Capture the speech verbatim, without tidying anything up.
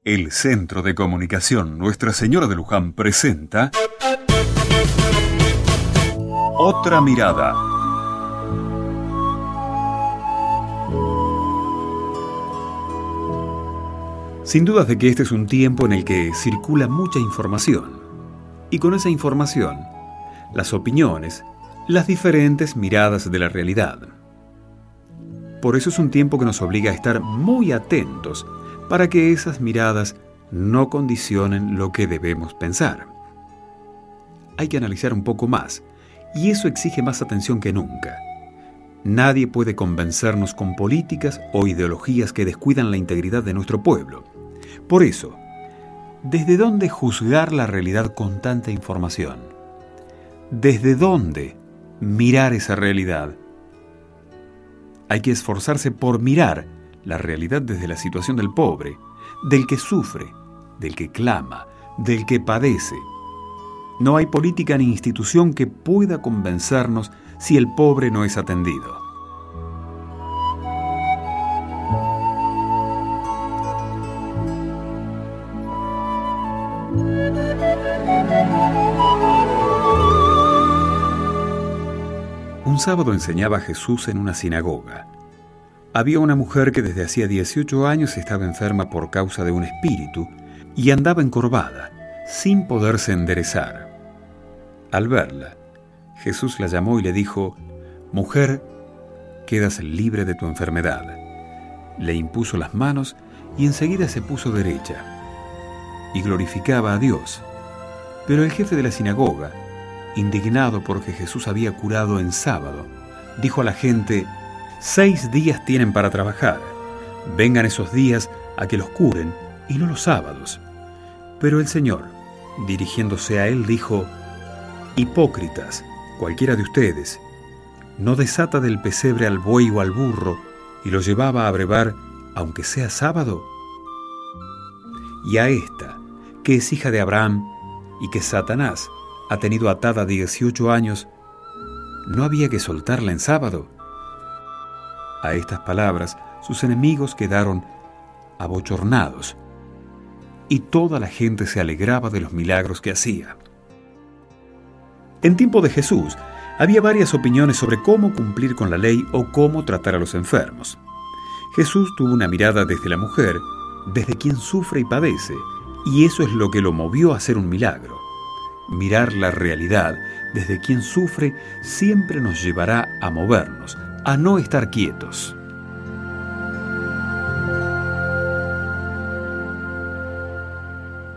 El Centro de Comunicación Nuestra Señora de Luján presenta Otra Mirada. Sin dudas de que este es un tiempo en el que circula mucha información, y con esa información, las opiniones, las diferentes miradas de la realidad. Por eso es un tiempo que nos obliga a estar muy atentos para que esas miradas no condicionen lo que debemos pensar. Hay que analizar un poco más, y eso exige más atención que nunca. Nadie puede convencernos con políticas o ideologías que descuidan la integridad de nuestro pueblo. Por eso, ¿desde dónde juzgar la realidad con tanta información? ¿Desde dónde mirar esa realidad? Hay que esforzarse por mirar la realidad desde la situación del pobre, del que sufre, del que clama, del que padece. No hay política ni institución que pueda convencernos si el pobre no es atendido. Un sábado enseñaba Jesús en una sinagoga. Había una mujer que desde hacía dieciocho años estaba enferma por causa de un espíritu y andaba encorvada, sin poderse enderezar. Al verla, Jesús la llamó y le dijo: «Mujer, quedas libre de tu enfermedad». Le impuso las manos y enseguida se puso derecha y glorificaba a Dios. Pero el jefe de la sinagoga, indignado porque Jesús había curado en sábado, dijo a la gente: «Seis días tienen para trabajar. Vengan esos días a que los curen y no los sábados». Pero el Señor, dirigiéndose a él, dijo: «Hipócritas, cualquiera de ustedes, ¿no desata del pesebre al buey o al burro y lo llevaba a brevar, aunque sea sábado? Y a esta, que es hija de Abraham y que Satanás ha tenido atada dieciocho años, ¿no había que soltarla en sábado?». A estas palabras, sus enemigos quedaron abochornados, y toda la gente se alegraba de los milagros que hacía. En tiempo de Jesús, había varias opiniones sobre cómo cumplir con la ley o cómo tratar a los enfermos. Jesús tuvo una mirada desde la mujer, desde quien sufre y padece, y eso es lo que lo movió a hacer un milagro. Mirar la realidad desde quien sufre siempre nos llevará a movernos, a no estar quietos.